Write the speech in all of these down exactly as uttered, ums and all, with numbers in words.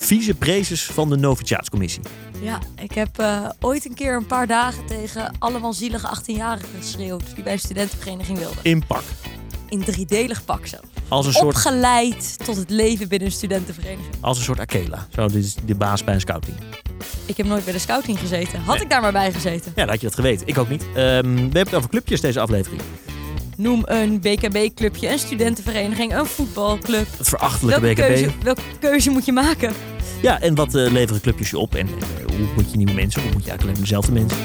Vice-prezes van de Novitiaatscommissie. Ja, ik heb uh, ooit een keer een paar dagen tegen allemaal zielige achttienjarigen geschreeuwd die bij een studentenvereniging wilden. In pak. In driedelig pak zo. Als een soort, Opgeleid tot het leven binnen een studentenvereniging. als een soort Akela. Zo, dit is de baas bij een scouting. Ik heb nooit bij de scouting gezeten. Had Nee. ik daar maar bij gezeten. Ja, dan had je dat geweten. Ik ook niet. Um, we hebben het over clubjes deze aflevering. Noem een B K B-clubje, een studentenvereniging, een voetbalclub. Het verachtelijke Welke B K B. keuze, welke keuze moet je maken? Ja, en wat uh, leveren clubjes je op? En uh, hoe moet je nieuwe mensen? Hoe moet je eigenlijk alleen dezelfde mensen?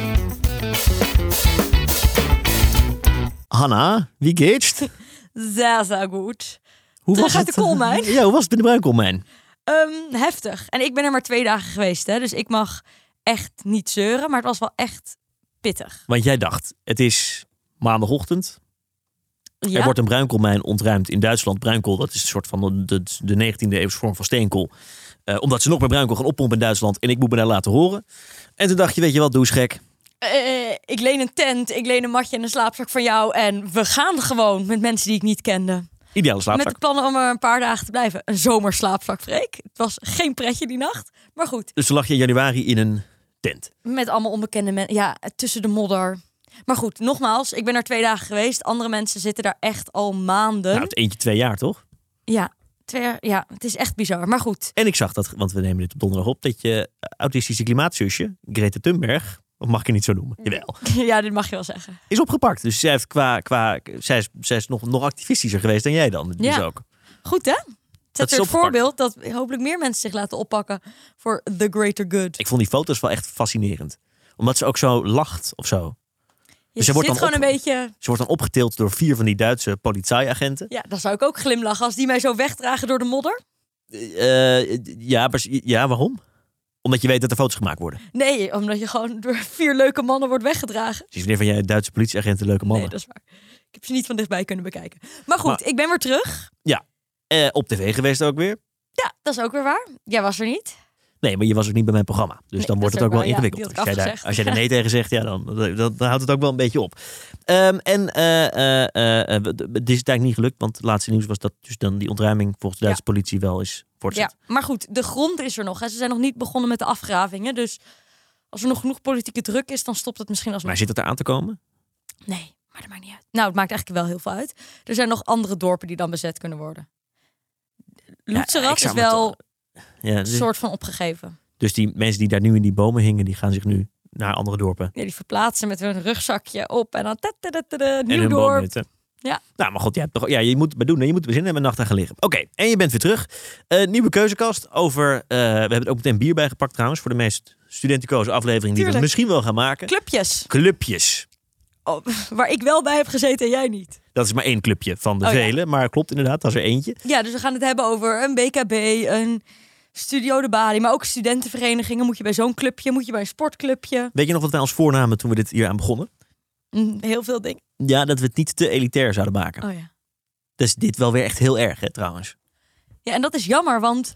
Hanna, wie geht's? Sehr, sehr goed. Hoe Terug was uit het? de koolmijn? Ja, hoe was het in de bruinkoolmijn? Um, heftig. En ik ben er maar twee dagen geweest, hè, dus ik mag echt niet zeuren, maar het was wel echt pittig. Want jij dacht, het is maandagochtend. Ja? Er wordt een bruinkoolmijn ontruimd in Duitsland. Bruinkool, dat is een soort van de, de, de negentiende eeuwse vorm van steenkool. Uh, omdat ze nog meer bruinkool gaan oppompen in Duitsland. En ik moet me daar laten horen. En toen dacht je, weet je wat, doe eens gek. Uh, ik leen een tent, ik leen een matje en een slaapzak van jou. En we gaan gewoon met mensen die ik niet kende. Ideale slaapzak. Met de plannen om er een paar dagen te blijven. Een zomerslaapzak, Freek. Het was geen pretje die nacht. Maar goed. Dus toen lag je in januari in een tent. Met allemaal onbekende mensen. Ja, tussen de modder. Maar goed, nogmaals, ik ben er twee dagen geweest. Andere mensen zitten daar echt al maanden. Nou, het eentje twee jaar, toch? Ja, twee jaar. Ja, het is echt bizar. Maar goed. En ik zag dat, want we nemen dit op donderdag op, dat je autistische klimaatzusje, Greta Thunberg, of mag ik je niet zo noemen? Jawel. Ja, dit mag je wel zeggen. Is opgepakt. Dus zij, heeft qua, qua, zij is, zij is nog, nog activistischer geweest dan jij dan. Dus Ja. ook. Goed, hè? Dat Zet is er het voorbeeld dat hopelijk meer mensen zich laten oppakken voor the greater good. Ik vond die foto's wel echt fascinerend. Omdat ze ook zo lacht of zo. Je Dus ze zit wordt dan gewoon op- een beetje... Ze wordt dan opgetild door vier van die Duitse politieagenten. Ja, dan zou ik ook glimlachen als die mij zo wegdragen door de modder. Uh, ja, maar, ja, waarom? Omdat je weet dat er foto's gemaakt worden. Nee, omdat je gewoon door vier leuke mannen wordt weggedragen. Dus wanneer van jij Duitse politieagenten leuke mannen? Nee, dat is waar. Ik heb ze niet van dichtbij kunnen bekijken. Maar goed, Maar- ik ben weer terug. Uh, op tv geweest ook weer. Ja, dat is ook weer waar. Jij was er niet. Nee, maar je was ook niet bij mijn programma. Dus Nee, dan wordt dat het is ook ook wel waar, ja, ingewikkeld. die had als, ik jij daar, afgezegd. als jij er nee tegen zegt, ja, dan, dan, dan houdt het ook wel een beetje op. Um, en uh, uh, uh, het is eigenlijk niet gelukt, want het laatste nieuws was dat dus dan die ontruiming volgens de Duitse politie wel is voortzet. Ja, maar goed, de grond is er nog. Hè. Ze zijn nog niet begonnen met de afgravingen. Dus als er nog genoeg politieke druk is, dan stopt het misschien alsnog. Maar zit het er aan te komen? Nee, maar dat maakt niet uit. Nou, het maakt eigenlijk wel heel veel uit. Er zijn nog andere dorpen die dan bezet kunnen worden. Lutzerat ik zou is me wel Ja, een dus, soort van opgegeven. dus die mensen die daar nu in die bomen hingen, die gaan zich nu naar andere dorpen. Ja, die verplaatsen met hun rugzakje op en dan tadadadada, En nieuw hun dorp. boomhutten. Ja. Nou, maar god, ja, toch, ja, je moet het maar doen. Je moet er bezinnen en een nacht aan gaan liggen. Oké, en je bent weer terug. Uh, nieuwe keuzekast over... Uh, we hebben er ook meteen bier bij gepakt trouwens. Voor de meest studenticoze aflevering die we Tuurlijk. misschien wel gaan maken. Clubjes. Clubjes. Oh, waar ik wel bij heb gezeten en jij niet. Dat is maar één clubje van de Oh, ja. vele. Maar klopt inderdaad, dat is er eentje. Ja, dus we gaan het hebben over een B K B, een Studio de Bali, maar ook studentenverenigingen. Moet je bij zo'n clubje, moet je bij een sportclubje. Weet je nog wat wij ons voornamen toen we dit hier aan begonnen? Mm, heel veel dingen. Ja, dat we het niet te elitair zouden maken. Oh ja. Dus dit wel weer echt heel erg, hè, trouwens. Ja, en dat is jammer, want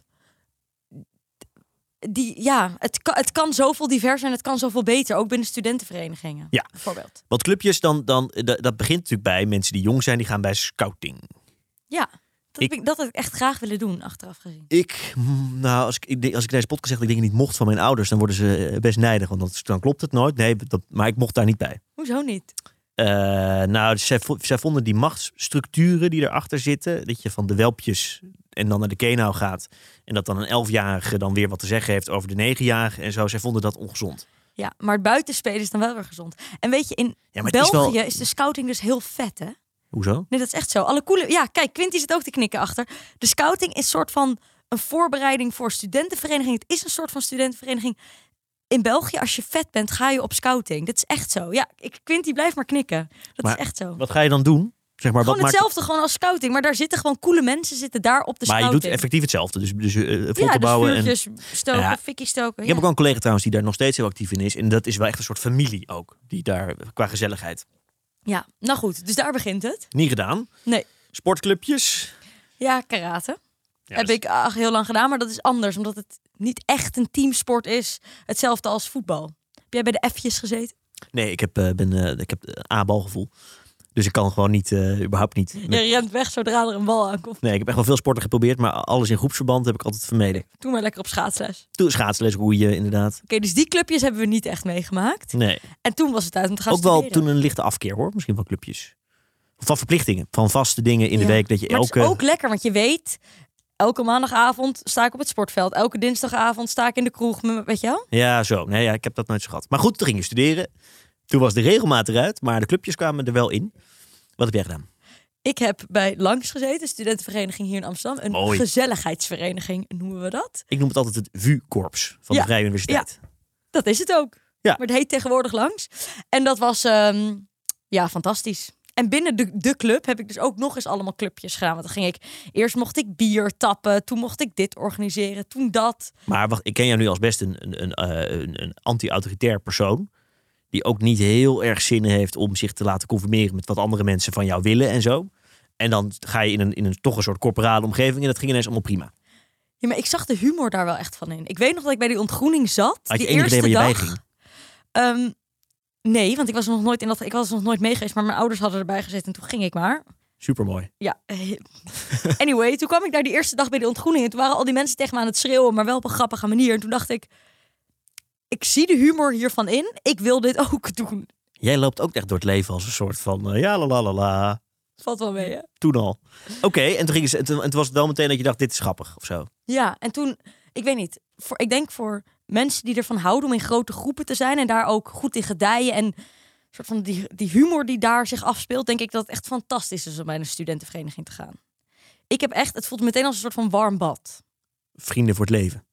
die, ja, het, kan, het kan zoveel divers zijn, het kan zoveel beter. Ook binnen studentenverenigingen, Ja. bijvoorbeeld. Want clubjes, dan, dan, dat dat begint natuurlijk bij mensen die jong zijn. Die gaan bij scouting. Ja, dat, Ik- heb ik, dat had ik echt graag willen doen, achteraf gezien. Ik, mm, nou, als ik, ik denk- als ik deze podcast zeg dat ik dingen niet mocht van mijn ouders, dan worden ze eh, best nijdig. Want dat, dan klopt het nooit. Nee, dat, maar ik mocht daar niet bij. Hoezo niet? Uh, nou, zij, vo- zij vonden die machtsstructuren die erachter zitten. Dat je van de welpjes en dan naar de kenau gaat. En dat dan een elfjarige dan weer wat te zeggen heeft over de negenjarige en zo. Zij vonden dat ongezond. Ja, maar het buitenspelen is dan wel weer gezond. En weet je, in Ja, maar het is België wel... is de scouting dus heel vet, hè? Hoezo? Nee, dat is echt zo. Alle coole... Ja, kijk, Quinty zit ook te knikken achter. De scouting is soort van een voorbereiding voor studentenvereniging. Het is een soort van studentenvereniging. In België, als je vet bent, ga je op scouting. Dat is echt zo. Ja, ik, Quinty, blijf maar knikken. Dat Maar is echt zo. Wat ga je dan doen? Zeg maar, Gewoon wat maakt... hetzelfde, gewoon als scouting. Maar daar zitten gewoon coole mensen zitten daar op de Maar je scouting. doet effectief hetzelfde. Dus, dus uh, ja, vlotten dus bouwen. En... vuurtjes stoken, Ja. fikkie stoken. Ik Ja. heb ook wel een collega trouwens die daar nog steeds heel actief in is. En dat is wel echt een soort familie ook. Die daar, qua gezelligheid. ja, nou goed. Dus daar begint het. Niet gedaan. Nee. Sportclubjes. Ja, karate. Ja, heb dus- ik ach, heel lang gedaan, maar dat is anders. Omdat het niet echt een teamsport is. Hetzelfde als voetbal. Heb jij bij de F'jes gezeten? Nee, ik heb, uh, ben, uh, ik heb uh, A-balgevoel. Dus ik kan gewoon niet, uh, überhaupt niet. Je rent weg zodra er een bal aankomt. Nee, ik heb echt wel veel sporten geprobeerd, maar alles in groepsverband heb ik altijd vermeden. Toen maar lekker op schaatsles. Toen schaatsles, roeien, inderdaad. Oké, okay, dus die clubjes hebben we niet echt meegemaakt. Nee. En toen was het tijd om te gaan Ook wel studeren. toen een lichte afkeer, hoor. Misschien van clubjes. Van verplichtingen. Van vaste dingen in ja. de week. Dat je maar elke... het is ook lekker, want je weet... Elke maandagavond sta ik op het sportveld. Elke dinsdagavond sta ik in de kroeg. Weet je wel? Ja, zo. Nee, ja, ik heb dat nooit zo gehad. Maar goed, toen ging je studeren. Toen was de regelmaat eruit, maar de clubjes kwamen er wel in. Wat heb jij gedaan? Ik heb bij Langs gezeten, studentenvereniging hier in Amsterdam. Een Mooi. gezelligheidsvereniging noemen we dat. Ik noem het altijd het V U-korps van ja. de Vrije Universiteit. Ja, dat is het ook. Ja. Maar het heet tegenwoordig Langs. En dat was um, ja, fantastisch. En binnen de, de club heb ik dus ook nog eens allemaal clubjes gedaan. Want dan ging ik, eerst mocht ik bier tappen. Toen mocht ik dit organiseren. Toen dat. Maar wacht, ik ken jou nu als best een, een, een, een, een anti-autoritair persoon. Die ook niet heel erg zin heeft om zich te laten conformeren met wat andere mensen van jou willen en zo. En dan ga je in een, in een toch een soort corporale omgeving en dat ging ineens allemaal prima. Ja, maar ik zag de humor daar wel echt van in. Ik weet nog dat ik bij die ontgroening zat. Had je die enig idee waar je bij ging? Um, nee, want ik was nog nooit in dat. Ik was nog nooit mee geweest, maar mijn ouders hadden erbij gezeten en toen ging ik maar. Supermooi. Ja. Anyway, toen kwam ik daar die eerste dag bij de ontgroening en toen waren al die mensen tegen me aan het schreeuwen, maar wel op een grappige manier. En toen dacht ik, ik zie de humor hiervan in. Ik wil dit ook doen. Jij loopt ook echt door het leven als een soort van uh, ja la la la la. Valt wel mee, hè? Toen al. Oké, okay, en toen ging ze, en toen, en toen was het wel meteen dat je dacht, dit is grappig of zo. Ja, en toen, ik weet niet, voor, ik denk voor mensen die ervan houden om in grote groepen te zijn en daar ook goed in gedijen en soort van die, die humor die daar zich afspeelt, denk ik dat het echt fantastisch is om bij een studentenvereniging te gaan. Ik heb echt, het voelt meteen als een soort van warm bad. Vrienden voor het leven.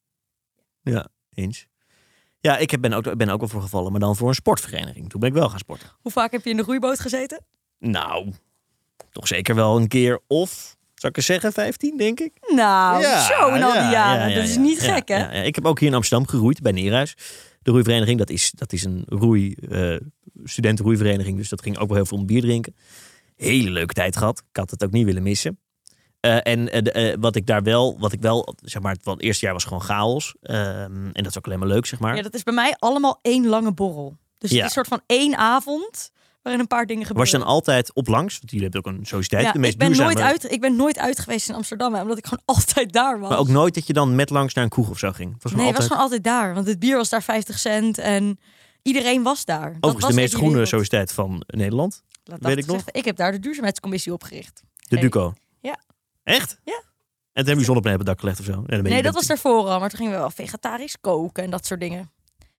Ja, eens. Ja, ik ben ook, ben ook wel voor gevallen, maar dan voor een sportvereniging. Toen ben ik wel gaan sporten. Hoe vaak heb je in de roeiboot gezeten? Nou, toch zeker wel een keer of, zou ik eens zeggen, vijftien, denk ik. Nou, ja, zo in al die ja, jaren. Ja, ja, dat is ja, niet ja, gek, hè? Ja, ja. Ik heb ook hier in Amsterdam geroeid, bij Neerhuis. De roeivereniging, dat is, dat is een roei, uh, studentenroeivereniging. Dus dat ging ook wel heel veel om bier drinken. Hele leuke tijd gehad. Ik had het ook niet willen missen. Uh, en uh, uh, wat ik daar wel, wat ik wel, zeg maar, het eerste jaar was gewoon chaos. Uh, en dat is ook alleen maar leuk, zeg maar. Ja, dat is bij mij allemaal één lange borrel. Dus ja. het is een soort van één avond waarin een paar dingen gebeuren. Was je dan altijd op langs? Want jullie hebben ook een sociëteit. Ja, de meest ik, ben duurzame... nooit uit, ik ben nooit uit geweest in Amsterdam, hè, omdat ik gewoon altijd daar was. Maar ook nooit dat je dan met langs naar een kroeg of zo ging? Het was nee, het altijd... was gewoon altijd daar. Want het bier was daar vijftig cent en iedereen was daar. Dat Overigens was de meest groene wereld. sociëteit van Nederland. Laat weet ik nog. Zeggen, ik heb daar de duurzaamheidscommissie opgericht. De hey. Duco. Ja. Echt? Ja. En toen heb je zonnepanelen op het dak gelegd of zo? Ja, dan ben je Nee, dat bent... was daarvoor al. Maar toen gingen we wel vegetarisch koken en dat soort dingen.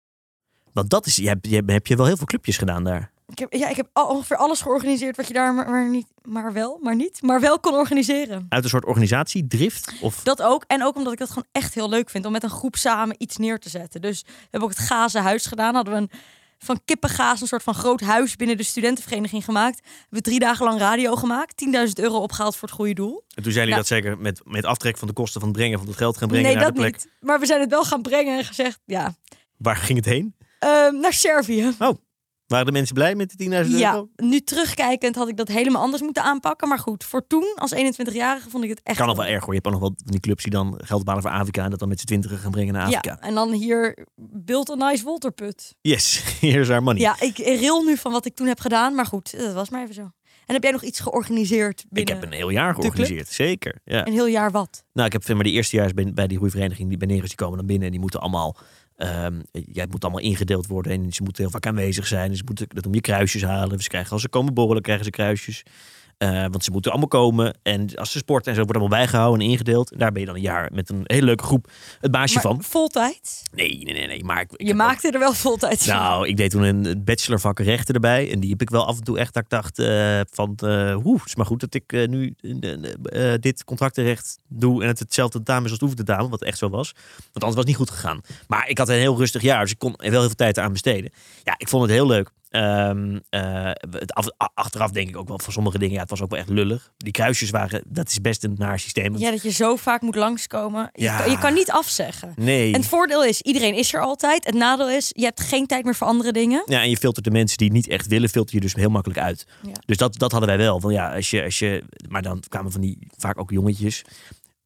Want dat is, je hebt, je hebt, heb je wel heel veel clubjes gedaan daar. Ik heb, ja, ik heb al, ongeveer alles georganiseerd wat je daar maar, maar niet, maar wel, maar niet, maar wel kon organiseren. Uit een soort organisatie, drift? Of... Dat ook. En ook omdat ik dat gewoon echt heel leuk vind om met een groep samen iets neer te zetten. Dus we hebben ook het Gazen Huis gedaan. Hadden we een van kippengaas een soort van groot huis binnen de studentenvereniging gemaakt. We hebben drie dagen lang radio gemaakt. tienduizend euro opgehaald voor het goede doel. En toen zijn jullie nou, dat zeker met, met aftrek van de kosten van het brengen van het geld gaan brengen nee, naar dat de plek? niet. Maar we zijn het wel gaan brengen en gezegd, ja. Waar ging het heen? Uh, naar Servië. Oh, waren de mensen blij met de tienduizend euro? Ja, nu terugkijkend had ik dat helemaal anders moeten aanpakken. Maar goed, voor toen, als eenentwintigjarige, vond ik het echt... Kan nog wel erg hoor. Je hebt ook nog wel die clubs die dan geld balen voor Afrika en dat dan met z'n twintigen gaan brengen naar Afrika. Ja, en dan hier build a nice waterput. Yes, here's our money. Ja, ik ril nu van wat ik toen heb gedaan, maar goed, dat was maar even zo. En heb jij nog iets georganiseerd binnen? Ik heb een heel jaar georganiseerd, zeker. Ja. Een heel jaar wat? Nou, ik heb maar de eerste jaar bij, bij die roeivereniging, die bij Neres, die komen dan binnen en die moeten allemaal... Um, ja, het moet allemaal ingedeeld worden en ze moeten heel vaak aanwezig zijn. Dus ze moeten, dat om je kruisjes halen. Ze krijgen, als ze komen borrelen, krijgen ze kruisjes. Uh, want ze moeten allemaal komen. En als ze sporten en zo, wordt allemaal bijgehouden en ingedeeld. En daar ben je dan een jaar met een hele leuke groep het baasje maar van. Voltijd? Nee, nee, nee. nee. Maar ik, ik je maakte ook... er wel voltijd van. Nou, ik deed toen een bachelorvak rechten erbij. En die heb ik wel af en toe echt dat ik dacht uh, van... Uh, Oeh, het is maar goed dat ik uh, nu uh, uh, dit contractenrecht doe. En het hetzelfde tentamen is als het oefententamen. Wat echt zo was. Want anders was het niet goed gegaan. Maar ik had een heel rustig jaar. Dus ik kon er wel heel veel tijd aan besteden. Ja, ik vond het heel leuk. Um, uh, het af, achteraf denk ik ook wel van sommige dingen, ja, het was ook wel echt lullig. Die kruisjes waren, dat is best een naar systeem. Ja, dat je zo vaak moet langskomen. Je, ja. kan, je kan niet afzeggen. Nee. En het voordeel is, iedereen is er altijd. Het nadeel is, je hebt geen tijd meer voor andere dingen. Ja, en je filtert de mensen die niet echt willen, filter je dus heel makkelijk uit. Ja. Dus dat, dat hadden wij wel. Van ja, als je, als je, maar dan kwamen van die vaak ook jongetjes.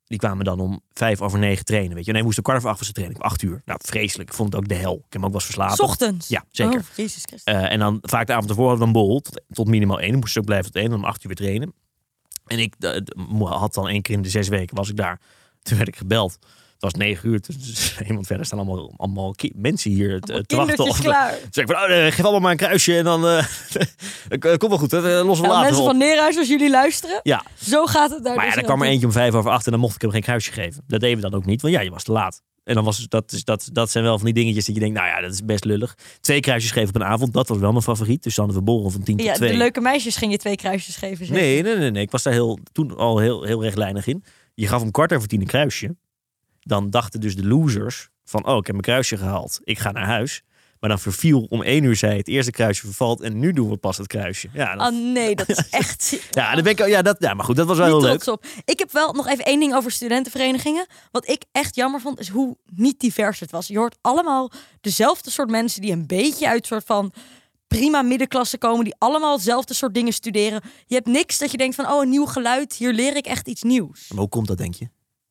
die kwamen dan om vijf over negen trainen. Weet je, nee, moesten kwart over acht was de training. Acht uur. Nou, vreselijk. Ik vond het ook de hel. Ik heb hem ook wel eens verslapen. 's Ochtends? Ja, zeker. Oh, Jezus Christus. Uh, en dan vaak de avond ervoor hadden we dan borrel. Tot, tot minimaal één. Dan moesten ze ook blijven tot één. Dan om acht uur weer trainen. En ik uh, had dan één keer in de zes weken was ik daar. Toen werd ik gebeld. Het was negen uur. Dus iemand verder staan allemaal, allemaal ki- mensen hier te, te wachten. Of, klaar. Dus ik van, oh, uh, geef allemaal maar een kruisje. En dan uh, komt wel goed. Hè? Lossen we Ja, later mensen op. van Neerhuis, als jullie luisteren. Ja. Zo gaat het daar. Maar ja, dus er kwam er aan toe. eentje om vijf over acht. En dan mocht ik hem geen kruisje geven. Dat deden we dan ook niet. Want ja, je was te laat. En dan was het, dat, is, dat, dat zijn wel van die dingetjes dat je denkt, nou ja, dat is best lullig. Twee kruisjes geven op een avond, dat was wel mijn favoriet. Dus dan hadden we borrel van tien tot Ja, twee. de leuke meisjes ging je twee kruisjes geven. Zeg. Nee, nee, nee, nee. Ik was daar heel, toen al heel, heel rechtlijnig in. Je gaf om kwart over tien een kruisje. Dan dachten dus de losers van, oh, ik heb mijn kruisje gehaald. Ik ga naar huis. Maar dan verviel om één uur zei het eerste kruisje vervalt. En nu doen we pas het kruisje. Ja, dat... Oh nee, dat is echt... ja, dan ben ik, ja, dat, ja, maar goed, dat was wel niet heel leuk. trots op. Ik heb wel nog even één ding over studentenverenigingen. Wat ik echt jammer vond, is hoe niet divers het was. Je hoort allemaal dezelfde soort mensen die een beetje uit soort van prima middenklasse komen. Die allemaal hetzelfde soort dingen studeren. Je hebt niks dat je denkt van, oh, een nieuw geluid. Hier leer ik echt iets nieuws. Maar hoe komt dat, denk je?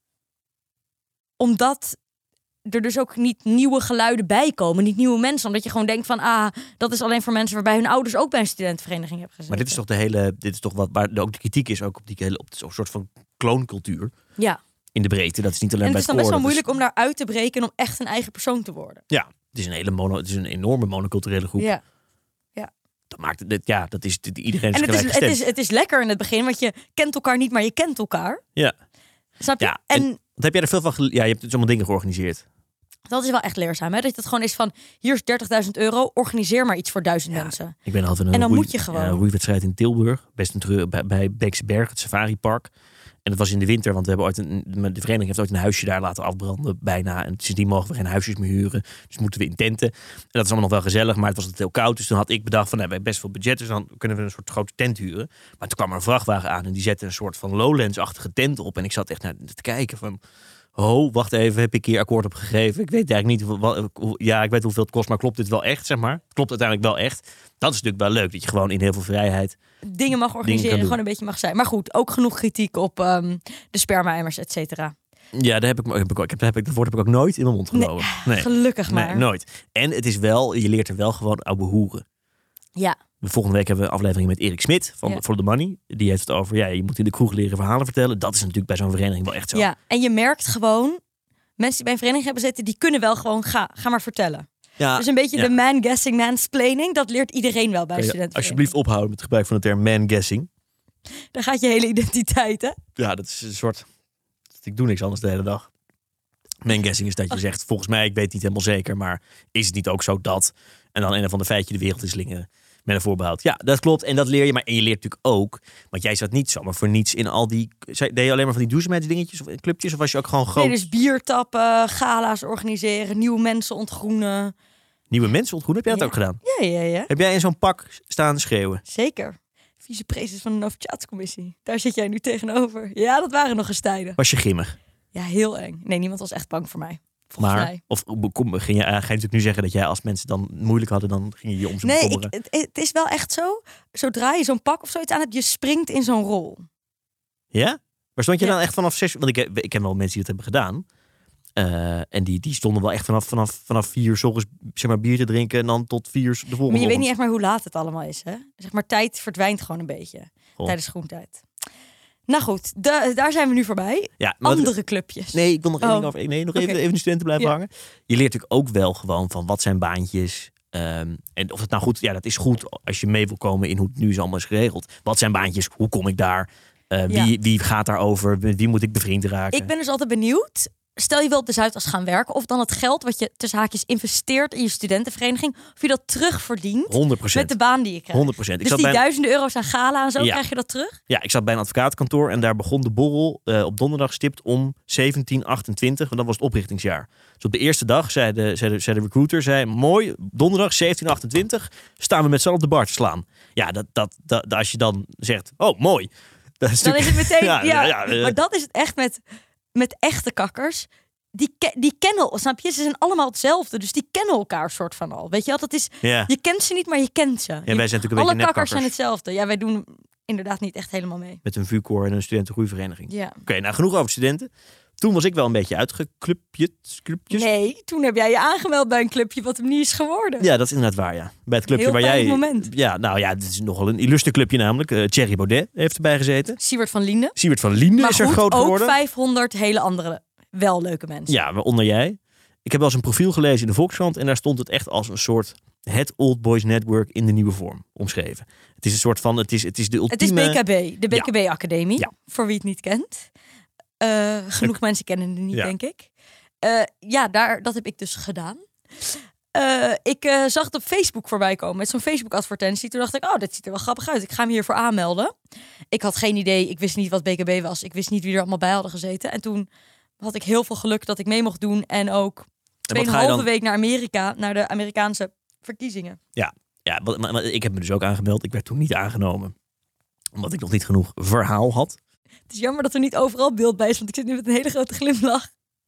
Omdat er dus ook niet nieuwe geluiden bij komen. Niet nieuwe mensen. Omdat je gewoon denkt van, ah, dat is alleen voor mensen waarbij hun ouders ook bij een studentenvereniging hebben gezeten. Maar dit is toch de hele, dit is toch wat waar ook de kritiek is ook op die hele, op zo'n soort van klooncultuur. Ja. In de breedte. Dat is niet alleen En bij het is dan het best wel koor, dat moeilijk om daar uit te breken en om echt een eigen persoon te worden. is, ja, het is een hele mono, het is een enorme monoculturele groep. Ja. Dat maakt het, ja, dat is iedereen is En het is, gelijk het, gestemd. is, het is lekker in het begin, want je kent elkaar niet, maar je kent elkaar. Ja. Snap je? Ja, en, en wat heb jij er veel van gele- Ja, je hebt dus allemaal dingen georganiseerd. dat is wel echt leerzaam, hè? Dat het gewoon is van, hier is dertigduizend euro, organiseer maar iets voor duizend Ja. mensen. Ik ben altijd een En dan roei- moet je gewoon. ja, een roeiwedstrijd in Tilburg. Best een treur, bij, bij Beekse Berg, het safaripark. En dat was in de winter, want we hebben ooit een, de vereniging heeft ooit een huisje daar laten afbranden, bijna. En sindsdien mogen we geen huisjes meer huren. Dus moeten we in tenten. En dat is allemaal nog wel gezellig, maar het was altijd heel koud. Dus toen had ik bedacht van, nou, we hebben best veel budget, dus dan kunnen we een soort grote tent huren. Maar toen kwam er een vrachtwagen aan en die zette een soort van Lowlands-achtige tent op. En ik zat echt naar te kijken van, oh, wacht even, heb ik hier akkoord op gegeven? Ik weet eigenlijk niet, wat, hoe, ja, ik weet hoeveel het kost, maar klopt dit wel echt, zeg maar? Het klopt uiteindelijk wel echt. Dat is natuurlijk wel leuk, dat je gewoon in heel veel vrijheid Dingen mag organiseren, kan doen. gewoon een beetje mag zijn. Maar goed, ook genoeg kritiek op um, de sperma-emmers, et cetera. Ja, daar heb ik, heb ik, ook- ik heb, daar heb ik, dat woord heb ik ook nooit in mijn mond genomen. Nee, Gelukkig maar. nee, nooit. En het is wel, je leert er wel gewoon ouwe hoeren. Ja. De volgende week hebben we een aflevering met Erik Smit van Ja. For the Money. Die heeft het over, ja, je moet in de kroeg leren verhalen vertellen. Dat is natuurlijk bij zo'n vereniging wel echt zo. ja, en je merkt gewoon, mensen die bij een vereniging hebben zitten, die kunnen wel gewoon, ga, ga maar vertellen. Ja, Dus een beetje ja. de man-guessing, mansplaining, dat leert iedereen wel bij Kan je studenten. alsjeblieft ophouden met het gebruik van de term man-guessing. Daar gaat je hele identiteit, hè? Ja, dat is een soort, ik doe niks anders de hele dag. Man-guessing is dat je zegt, volgens mij, ik weet niet helemaal zeker, maar is het niet ook zo dat? En dan een of ander feitje de wereld in slingen met een voorbehoud. Ja, dat klopt. En dat leer je. Maar en je leert natuurlijk ook, want jij zat niet zomaar voor niets in al die, deed je alleen maar van die duurzaamheidsdingetjes of clubjes? Of was je ook gewoon groot Nee, dus bier tappen, gala's organiseren, nieuwe mensen ontgroenen. nieuwe mensen ontgroenen? Heb jij dat Ja. ook gedaan? Ja, ja, ja. Heb jij in zo'n pak staan schreeuwen? Zeker. Vicepresident van de Novitjaatscommissie. Daar zit jij nu tegenover. Ja, dat waren nog eens tijden. Was je grimmig? Ja, heel eng. Nee, niemand was echt bang voor mij. Volgens Maar, mij. of kom, ging je, uh, ga je natuurlijk nu zeggen dat jij als mensen dan moeilijk hadden, dan ging je je om ze Nee, bekommeren? ik, het, het is wel echt zo. Zodra je zo'n pak of zoiets aan hebt, je springt in zo'n rol. Ja? Maar stond je Ja. dan echt vanaf zes? Want ik, ik ken wel mensen die dat hebben gedaan. Uh, en die, die stonden wel echt vanaf, vanaf, vanaf vier uur 's ochtends, zeg maar, bier te drinken en dan tot vier uur de volgende Maar je weet niet ochtend. echt maar hoe laat het allemaal is, hè? Zeg maar, tijd verdwijnt gewoon een beetje. Goh. Tijdens groentijd. Nou goed, de, daar zijn we nu voorbij. Ja, maar wat- Andere clubjes. Nee, ik wil nog één Oh. ding over. Nee, nog even, Oké. even de studenten blijven Ja. hangen. Je leert natuurlijk ook wel gewoon van wat zijn baantjes. Um, en of het nou goed, ja, dat is goed als je mee wil komen in hoe het nu is allemaal is geregeld. Wat zijn baantjes? Hoe kom ik daar? Uh, wie, Ja. wie gaat daarover? Met wie moet ik bevriend raken? Ik ben dus altijd benieuwd. Stel je wil op de Zuidas gaan werken, of dan het geld wat je tussen haakjes investeert in je studentenvereniging, of je dat terugverdient honderd procent. met de baan die je krijgt. honderd procent. Ik Dus zat die bij, duizenden euro's aan gala en zo, Ja. krijg je dat terug? ja, ik zat bij een advocatenkantoor en daar begon de borrel uh, op donderdag stipt om zeventien achtentwintig, want dat was het oprichtingsjaar. Dus op de eerste dag zei de, zei de, zei de recruiter, zei, mooi, donderdag zeventien achtentwintig staan we met z'n allen op de bar te slaan. Ja, dat, dat, dat, dat als je dan zegt, oh, mooi. Dat is Dan is het meteen, ja, ja, ja, ja. maar dat is het echt met, met echte kakkers. Die, ke- die kennen, snap je? Ze zijn allemaal hetzelfde, dus die kennen elkaar soort van al. Weet je wel, dat is, Ja. je kent ze niet, maar je kent ze. Ja, wij zijn natuurlijk een Alle beetje kakkers nepkakkers. zijn hetzelfde. Ja, wij doen inderdaad niet echt helemaal mee. Met een V U-koor en een studentengroeivereniging. Ja. Oké, okay, nou genoeg over studenten. Toen was ik wel een beetje uitgeclubjes. Clubjes. Nee, toen heb jij je aangemeld bij een clubje wat hem niet is geworden. Ja, dat is inderdaad waar, ja. Bij het clubje Heel waar jij... moment. Ja, nou ja, dit is nogal een illustre clubje namelijk. Uh, Thierry Baudet heeft erbij gezeten. Siewert van Liende. Siewert van Liende maar is er goed, groot geworden. ook vijfhonderd hele andere wel leuke mensen. Ja, waaronder jij. Ik heb wel eens een profiel gelezen in de Volkskrant en daar stond het echt als een soort het Old Boys Network in de nieuwe vorm omschreven. Het is een soort van, het is, het is de ultieme... Het is B K B, de B K B-academie, Ja. voor wie het niet kent. Uh, genoeg mensen kennen het niet, ja. denk ik. Uh, ja, daar, dat heb ik dus gedaan. Uh, ik uh, zag het op Facebook voorbij komen met zo'n Facebook-advertentie. Toen dacht ik, oh, dit ziet er wel grappig uit. Ik ga me hiervoor aanmelden. Ik had geen idee, ik wist niet wat B K B was. Ik wist niet wie er allemaal bij hadden gezeten. En toen had ik heel veel geluk dat ik mee mocht doen. En ook tweeënhalve dan... week naar Amerika, naar de Amerikaanse verkiezingen. Ja, ja maar, maar, maar ik heb me dus ook aangemeld. Ik werd toen niet aangenomen, omdat ik nog niet genoeg verhaal had. Het is jammer dat er niet overal beeld bij is, want ik zit nu met een hele grote glimlach.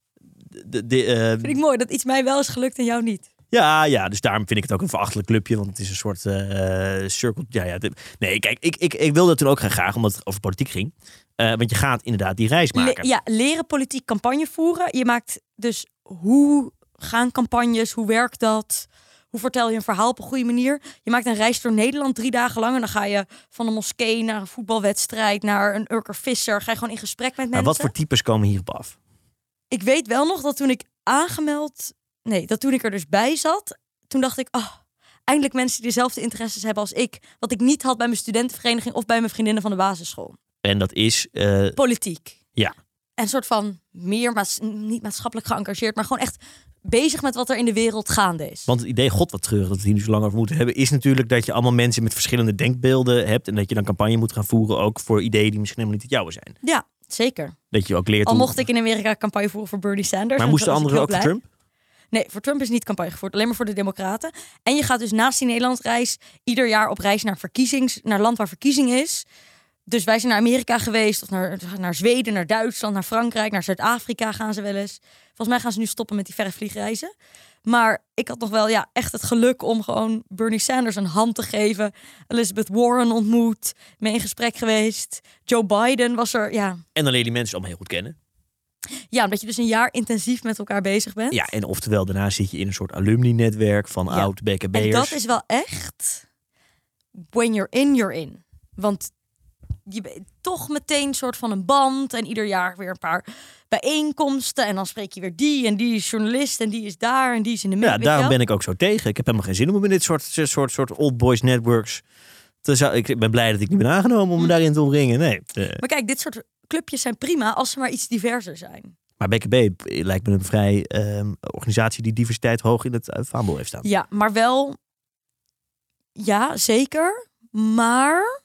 De, de, uh... Vind ik mooi dat iets mij wel is gelukt en jou niet. Ja, ja, dus daarom vind ik het ook een verachtelijk clubje, want het is een soort uh, cirkel. Ja, ja, de... Nee, kijk, ik, ik, ik wilde het toen ook graag, omdat het over politiek ging. Uh, want je gaat inderdaad die reis maken. Le- ja, leren politiek campagne voeren. Je maakt dus hoe gaan campagnes, hoe werkt dat? Hoe vertel je een verhaal op een goede manier? Je maakt een reis door Nederland drie dagen lang. En dan ga je van een moskee naar een voetbalwedstrijd, naar een Urker Visser. Ga je gewoon in gesprek met mensen. Maar wat voor types komen hierop af? Ik weet wel nog dat toen ik aangemeld... Nee, dat toen ik er dus bij zat, toen dacht ik... Oh, eindelijk mensen die dezelfde interesses hebben als ik. Wat ik niet had bij mijn studentenvereniging of bij mijn vriendinnen van de basisschool. En dat is... Uh... Politiek. Ja. En een soort van meer, maats- niet maatschappelijk geëngageerd, maar gewoon echt bezig met wat er in de wereld gaande is. Want het idee, god wat treurig dat we hier nu zo lang over moeten hebben, is natuurlijk dat je allemaal mensen met verschillende denkbeelden hebt en dat je dan campagne moet gaan voeren ook voor ideeën die misschien helemaal niet het jouwe zijn. Ja, zeker. Dat je ook leert. Al hoe... mocht ik in Amerika campagne voeren voor Bernie Sanders. Maar moesten anderen ook voor Trump? Nee, voor Trump is niet campagne gevoerd, alleen maar voor de Democraten. En je gaat dus naast die Nederlandsreis ieder jaar op reis naar verkiezings, naar land waar verkiezing is. Dus wij zijn naar Amerika geweest, of naar, naar Zweden, naar Duitsland, naar Frankrijk, naar Zuid-Afrika gaan ze wel eens. Volgens mij gaan ze nu stoppen met die verre vliegreizen. Maar ik had nog wel ja, echt het geluk om gewoon Bernie Sanders een hand te geven. Elizabeth Warren ontmoet, mee in gesprek geweest. Joe Biden was er, ja. En dan leer je die mensen allemaal heel goed kennen. Ja, omdat je dus een jaar intensief met elkaar bezig bent. Ja, en oftewel daarna zit je in een soort alumni-netwerk van ja. oud B K B'ers. En dat is wel echt, when you're in, you're in. Want je bent toch meteen een soort van een band. En ieder jaar weer een paar bijeenkomsten. En dan spreek je weer die. En die is journalist. En die is daar. En die is in de media. Ja, daarom ben ik ook zo tegen. Ik heb helemaal geen zin om in dit soort, soort, soort old boys networks te zou. Ik ben blij dat ik niet ben aangenomen om me daarin te omringen. Nee. Maar kijk, dit soort clubjes zijn prima als ze maar iets diverser zijn. Maar B K B lijkt me een vrij um, organisatie die diversiteit hoog in het uh, vaandel heeft staan. Ja, maar wel... Ja, zeker. Maar...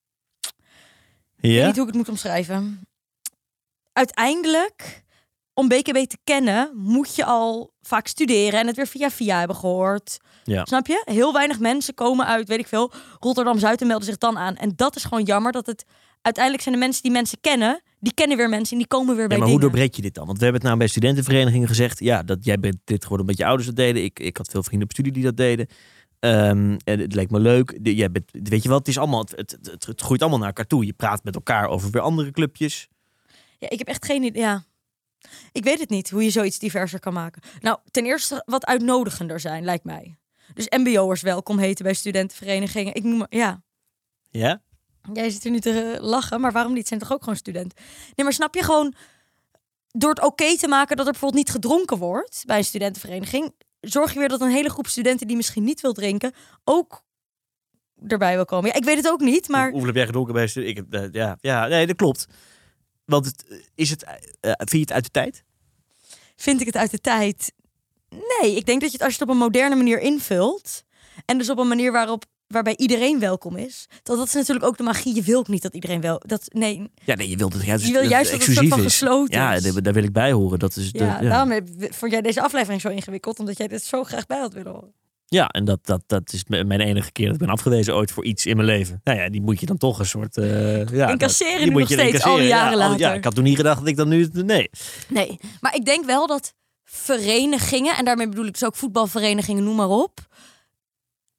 Ja? Ik weet niet hoe ik het moet omschrijven. Uiteindelijk, om B K B te kennen, moet je al vaak studeren en het weer via via hebben gehoord. Ja. Snap je? Heel weinig mensen komen uit, weet ik veel, Rotterdam-Zuid en melden zich dan aan. En dat is gewoon jammer, dat het uiteindelijk zijn de mensen die mensen kennen, die kennen weer mensen en die komen weer bij ja, maar dingen. hoe doorbreek je dit dan? Want we hebben het nou bij studentenverenigingen gezegd. Ja, dat jij bent dit geworden omdat je ouders dat deden. Ik, ik had veel vrienden op studie die dat deden. Um, en het leek me leuk. De, jij bent, weet je wat? Het is allemaal, het, het, het, het groeit allemaal naar elkaar toe. Je praat met elkaar over weer andere clubjes. Ja, ik heb echt geen idee. Ja. Ik weet het niet hoe je zoiets diverser kan maken. Nou, ten eerste wat uitnodigender zijn, lijkt mij. Dus M B O'ers welkom heten bij studentenverenigingen. Ik noem maar, ja. Ja? Jij zit er nu te lachen, maar waarom niet? Zijn toch ook gewoon student? Nee, maar snap je gewoon, door het oké te maken dat er bijvoorbeeld niet gedronken wordt bij een studentenvereniging, zorg je weer dat een hele groep studenten die misschien niet wil drinken, ook erbij wil komen. Ja, ik weet het ook niet, maar... Hoeveel heb jij gedronken bij studie? Ik heb, uh, ja, ja, nee, dat klopt. Want het, is het, uh, vind je het uit de tijd? Vind ik het uit de tijd? Nee, ik denk dat je het als je het op een moderne manier invult, en dus op een manier waarop waarbij iedereen welkom is. Dat, dat is natuurlijk ook de magie. Je wil ook niet dat iedereen wel... Dat, nee. Ja, nee, je wilt het, ja, dus je wil juist dat het soort van is. gesloten ja, is. Ja, daar wil ik bij horen. Dat is de, ja, ja. Daarom vond jij deze aflevering zo ingewikkeld, omdat jij dit zo graag bij had willen horen. Ja, en dat, dat, dat is mijn enige keer dat ik ben afgewezen ooit voor iets in mijn leven. Nou ja, die moet je dan toch een soort... Uh, ja, incasseren die nu moet nog je steeds, incasseren. al die jaren ja, later. Al, ja, ik had toen niet gedacht dat ik dan nu... Nee. Nee, maar ik denk wel dat verenigingen, en daarmee bedoel ik dus ook voetbalverenigingen, noem maar op,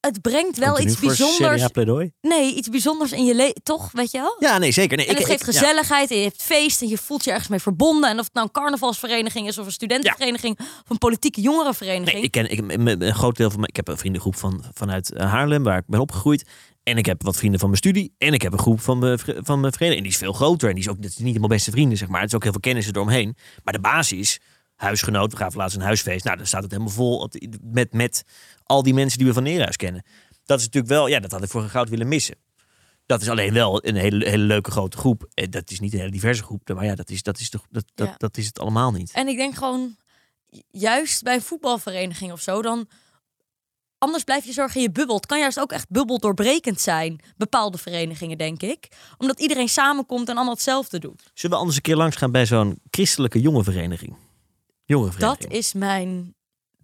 het brengt wel Komt er nu iets voor bijzonders. C D A-pleidooi? Nee, iets bijzonders in je leven. Toch, weet je wel? Ja, nee, zeker. Nee, En ik, het geeft ik- ja. gezelligheid en je hebt feest en je voelt je ergens mee verbonden. En of het nou een carnavalsvereniging is of een studentenvereniging of een politieke jongerenvereniging. Nee, ik ken ik, met een groot deel van mijn, ik heb een vriendengroep van, vanuit eh, Haarlem, waar ik ben opgegroeid. En ik heb wat vrienden van mijn studie. En ik heb een groep van mijn, vri- van mijn vereniging. En die is veel groter. En die is ook dat is niet helemaal beste vrienden, zeg maar. Het is ook heel veel kennis eromheen. Maar de basis, huisgenoot, we gaven laatst een huisfeest. Nou, dan staat het helemaal vol met, met al die mensen die we van Neerhuis kennen. Dat is natuurlijk wel, ja, dat had ik voor geen goud willen missen. Dat is alleen wel een hele, hele leuke grote groep. En dat is niet een hele diverse groep. Maar ja, dat is, dat is, toch, dat, dat, Ja. dat is het allemaal niet. En ik denk gewoon, juist bij een voetbalvereniging of zo, dan anders blijf je zorgen in je bubbel. Het kan juist ook echt bubbeldoorbrekend zijn, bepaalde verenigingen, denk ik. Omdat iedereen samenkomt en allemaal hetzelfde doet. Zullen we anders een keer langs gaan bij zo'n christelijke jongerenvereniging? Jongerenvereniging. Dat is mijn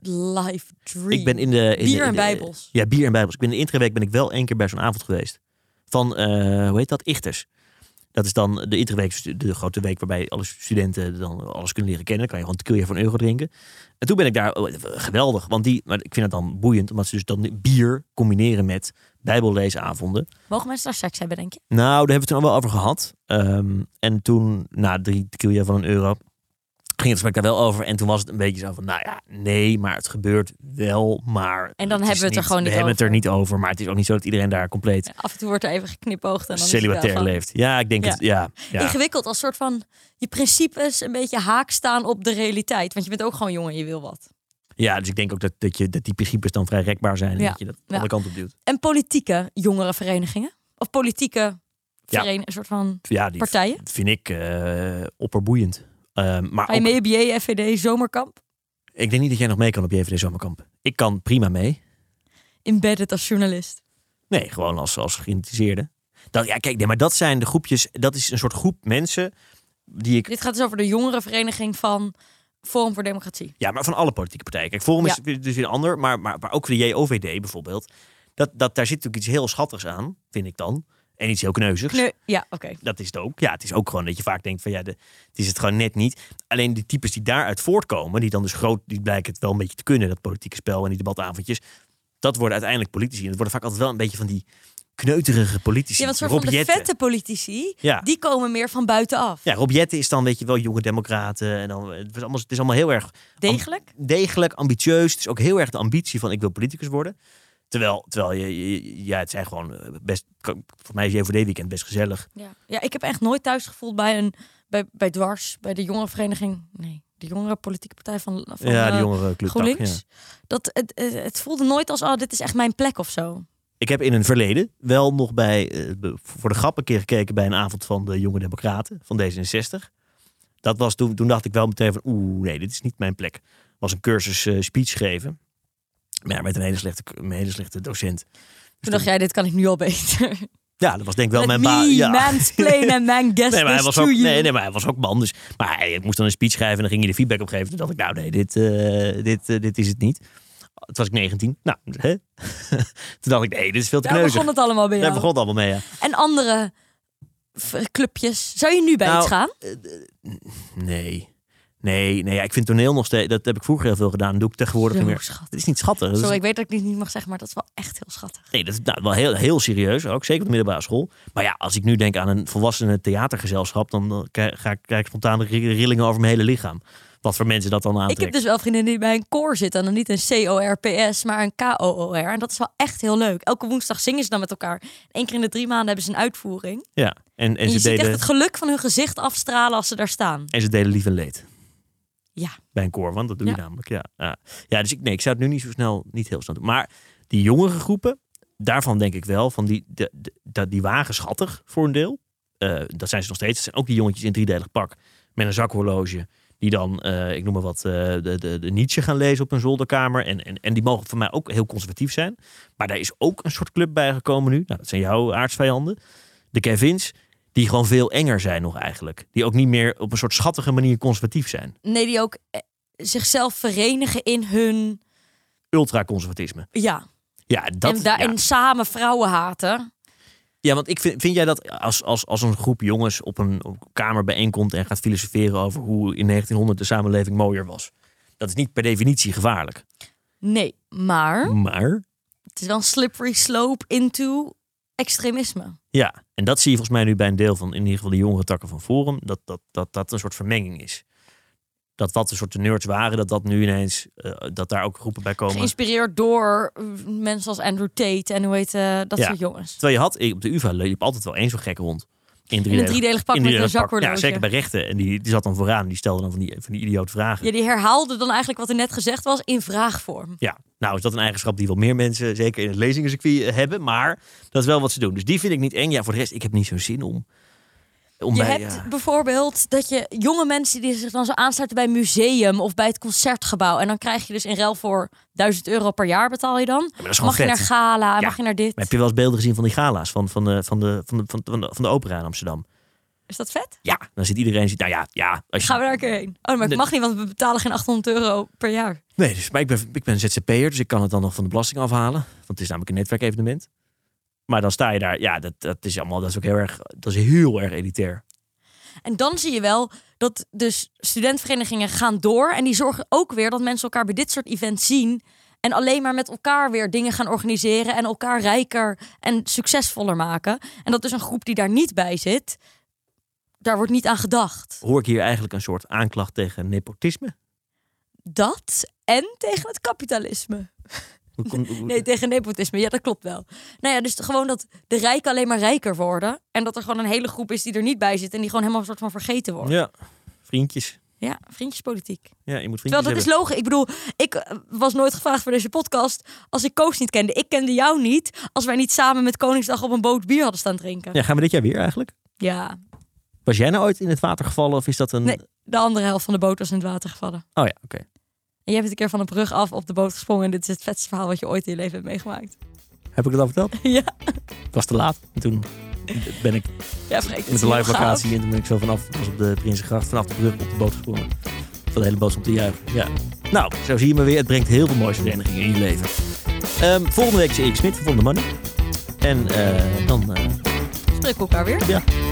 life dream. Ik ben in de... In Bier de- en in de- bijbels. Ja, bier en bijbels. Ik ben in de intraweek ben ik wel één keer bij zo'n avond geweest. Van, eh, hoe heet dat? Ichters. Dat is dan de intraweek, de grote week waarbij alle studenten dan alles kunnen leren kennen. Dan kan je gewoon een keer van een euro drinken. En toen ben ik daar, oh, geweldig. Want die, maar ik vind het dan boeiend, omdat ze dus dan bier combineren met bijbelleesavonden. Mogen mensen daar seks hebben, denk je? Nou, daar hebben we het toen al wel over gehad. Ehm, en toen, na drie keer van een euro, ging het gesprek daar wel over. En toen was het een beetje zo van, nou ja, nee, maar het gebeurt wel. Maar En dan is hebben we het er gewoon we niet hebben het er over. niet over. Maar het is ook niet zo dat iedereen daar compleet Af en toe wordt er even geknipoogd. En dan is het celibatair wel van leeft. Ja, ik denk Ja. het, ja. ja. ingewikkeld. Als soort van je principes een beetje haak staan op de realiteit. Want je bent ook gewoon jong en je wil wat. Ja, dus ik denk ook dat, dat, je, dat die principes dan vrij rekbaar zijn. En Ja. dat je dat Ja. alle kanten op duwt. En politieke jongerenverenigingen? Of politieke Ja. verenen, een soort van Ja, die partijen? v- vind ik eh, opperboeiend. Ehm, maar Ga je ook, mee op J F V D zomerkamp? ik denk niet dat jij nog mee kan op J V D Zomerkamp. Ik kan prima mee. Embedded als journalist. Nee, gewoon als, als geïnteresseerde. Dat, ja, kijk, nee, maar dat zijn de groepjes. Dat is een soort groep mensen die ik. Dit gaat dus over de jongerenvereniging van Forum voor Democratie. Ja, maar van alle politieke partijen. Kijk, Forum is dus weer ander, maar, maar, maar ook voor de J O V D bijvoorbeeld. Dat, dat, daar zit natuurlijk iets heel schattigs aan, vind ik dan. En iets heel kneuzigs. Nee, ja, oké. Dat is het ook. Ja, het is ook gewoon dat je vaak denkt van ja, de, het is het gewoon net niet. Alleen die types die daaruit voortkomen, die dan dus groot, die blijken het wel een beetje te kunnen, dat politieke spel en die debatavondjes. Dat worden uiteindelijk politici. En het worden vaak altijd wel een beetje van die kneuterige politici. Ja, want soort van Rob de Jetten. vette politici, Ja. die komen meer van buitenaf. Ja, Rob Jetten is dan, weet je wel, jonge democraten. En dan, het, is allemaal, het is allemaal heel erg Degelijk? degelijk, ambitieus. Het is ook heel erg de ambitie van ik wil politicus worden. Terwijl, terwijl je, je- ja, het zijn gewoon eh, best, voor mij is J V D-weekend best gezellig. Ja. ja, ik heb echt nooit thuis gevoeld bij een bij, bij Dwars, bij de jongerenvereniging. Nee, de jongere politieke partij van, van ja, die eh, jongere club. GroenLinks. Ja. Dat het, het, het voelde nooit als, oh, dit is echt mijn plek of zo. Ik heb in een verleden wel nog bij, eh, voor de grap een keer gekeken bij een avond van de Jonge Democraten van D zesenzestig. Dat was toen, toen dacht ik wel meteen van, oeh, nee, dit is niet mijn plek. Was een cursus eh, speech geven. Maar ja, met een hele slechte, een hele slechte docent. Dus Toen dacht jij, dit kan ik nu al beter. ja, dat was denk ik wel Let mijn baan. me Ja. mansplain and man guess Nee, maar hij this was to ook, you. nee, nee, maar hij was ook man. Dus, maar hij moest dan een speech schrijven en dan ging hij de feedback op geven. Toen dacht ik, nou nee, dit, eh, dit, eh, dit is het niet. Toen was ik negentien. Nou, hè? Toen dacht ik, nee, dit is veel te Daar kneuzig. begon het allemaal bij Daar jou. begon het allemaal mee, ja. En andere v- clubjes. Zou je nu bij Nou, iets gaan? Nee. Nee, nee ja, ik vind toneel nog steeds... Dat heb ik vroeger heel veel gedaan. doe ik tegenwoordig Zo niet meer. schattig. Het is niet schattig. Dat is- Sorry, ik weet dat ik dit niet mag zeggen, maar dat is wel echt heel schattig. nee, dat is nou, wel heel, heel serieus. Ook zeker op de middelbare school. Maar ja, als ik nu denk aan een volwassene theatergezelschap... dan eh, krijg, ga ik, krijg ik spontane ri- rillingen over mijn hele lichaam. Wat voor mensen dat dan Ik aantrekt. heb dus wel vriendinnen die bij een koor zitten. En dan niet een C O R P S, maar een K O O R. En dat is wel echt heel leuk. Elke woensdag zingen ze dan met elkaar. Eén keer in de drie maanden hebben ze een uitvoering. Ja, en, en, En je ze ziet echt deden, het geluk van hun gezicht afstralen als ze daar staan. en ze deden lief en leed. Ja. Bij een koor, want dat doe je Ja. namelijk. Ja, ja. ja dus ik, nee, ik zou het nu niet zo snel, niet heel snel doen. Maar die jongere groepen, daarvan denk ik wel, van die, de, de, de- die wagen schattig voor een deel. Eh, dat zijn ze nog steeds. Het zijn ook die jongetjes in driedelig pak met een zakhorloge. Die dan, eh, ik noem maar wat, eh, de, de, de Nietzsche gaan lezen op een zolderkamer. En, en, en die mogen voor mij ook heel conservatief zijn. Maar daar is ook een soort club bij gekomen nu. Nou, dat zijn jouw aardsvijanden. De Kevins, die gewoon veel enger zijn nog eigenlijk. Die ook niet meer op een soort schattige manier conservatief zijn. Nee, die ook eh, zichzelf verenigen in hun... Ultraconservatisme. Ja, Ja, dat, en daarin ja. samen vrouwen haten. ja, want ik vind, vind jij dat als, als, als een groep jongens op een, op een kamer bijeenkomt en gaat filosoferen over hoe in negentienhonderd de samenleving mooier was. Dat is niet per definitie gevaarlijk. Nee, maar Maar, Het is wel een slippery slope into extremisme. Ja, en dat zie je volgens mij nu bij een deel van in ieder geval de jongere takken van Forum. Dat dat, dat, dat een soort vermenging is. Dat wat een soort de nerds waren, dat dat nu ineens, uh, dat daar ook groepen bij komen. Geïnspireerd door mensen als Andrew Tate en hoe heet uh, dat ja. soort jongens. Terwijl je had, op de U vA liep altijd wel één zo'n gekke rond. In, in een driedelig pak in met een zakhorloge. Ja, zeker bij rechten. En die, die zat dan vooraan. Die stelde dan van die, van die idioot vragen. Ja, die herhaalde dan eigenlijk wat er net gezegd was in vraagvorm. Ja, nou is dat een eigenschap die wel meer mensen, zeker in het lezingencircuit, hebben. Maar dat is wel wat ze doen. Dus die vind ik niet eng. Ja, voor de rest, ik heb niet zo'n zin om... om je bij, hebt ja. bijvoorbeeld dat je jonge mensen die zich dan zo aansluiten bij een museum of bij het concertgebouw. En dan krijg je dus in ruil voor duizend euro per jaar betaal je dan. Ja, mag je vet, naar gala, ja. mag je naar dit. Maar heb je wel eens beelden gezien van die gala's van, van, de, van, de, van, de, van, de, van, de, van de opera in Amsterdam? Is dat vet? Ja, dan zit iedereen... Nou ja, ja als je... Gaan we daar een keer heen? Oh, maar ik mag niet, want we betalen geen achthonderd euro per jaar. Nee, dus, maar ik ben, ik ben Z Z P'er, dus ik kan het dan nog van de belasting afhalen. Want het is namelijk een netwerkevenement. Maar dan sta je daar... Ja, dat, dat is allemaal... Dat is ook heel erg... Dat is heel erg elitair. En dan zie je wel dat dus studentenverenigingen gaan door. En die zorgen ook weer dat mensen elkaar bij dit soort events zien. En alleen maar met elkaar weer dingen gaan organiseren. En elkaar rijker en succesvoller maken. En dat is een groep die daar niet bij zit. Daar wordt niet aan gedacht. Hoor ik hier eigenlijk een soort aanklacht tegen nepotisme? Dat en tegen het kapitalisme. Nee, tegen nepotisme. Ja, dat klopt wel. Nou ja, dus gewoon dat de rijken alleen maar rijker worden. En dat er gewoon een hele groep is die er niet bij zit. En die gewoon helemaal een soort van vergeten wordt. Ja, vriendjes. Ja, vriendjespolitiek. Ja, je moet vriendjes Terwijl dat hebben. is logisch. Ik bedoel, ik was nooit gevraagd voor deze podcast als ik Koos niet kende. Ik kende jou niet als wij niet samen met Koningsdag op een boot bier hadden staan drinken. Ja, gaan we dit jaar weer eigenlijk? Ja. Was jij nou ooit in het water gevallen of is dat een... Nee, de andere helft van de boot was in het water gevallen. Oh ja, oké. Okay. En jij bent een keer van een brug af op de boot gesprongen. En dit is het vetste verhaal wat je ooit in je leven hebt meegemaakt. Heb ik het al verteld? Ja. Het was te laat. En toen ben ik ja, Freek, met de live locatie en toen ben ik zo vanaf, was op de Prinsengracht, vanaf de brug op de boot gesprongen. Van de hele boot stond te juichen. Ja. Nou, zo zie je me weer. Het brengt heel veel mooie verenigingen in je leven. Um, volgende week is Erik Smit van The Money. En uh, dan... Uh... spreken we elkaar weer. Ja.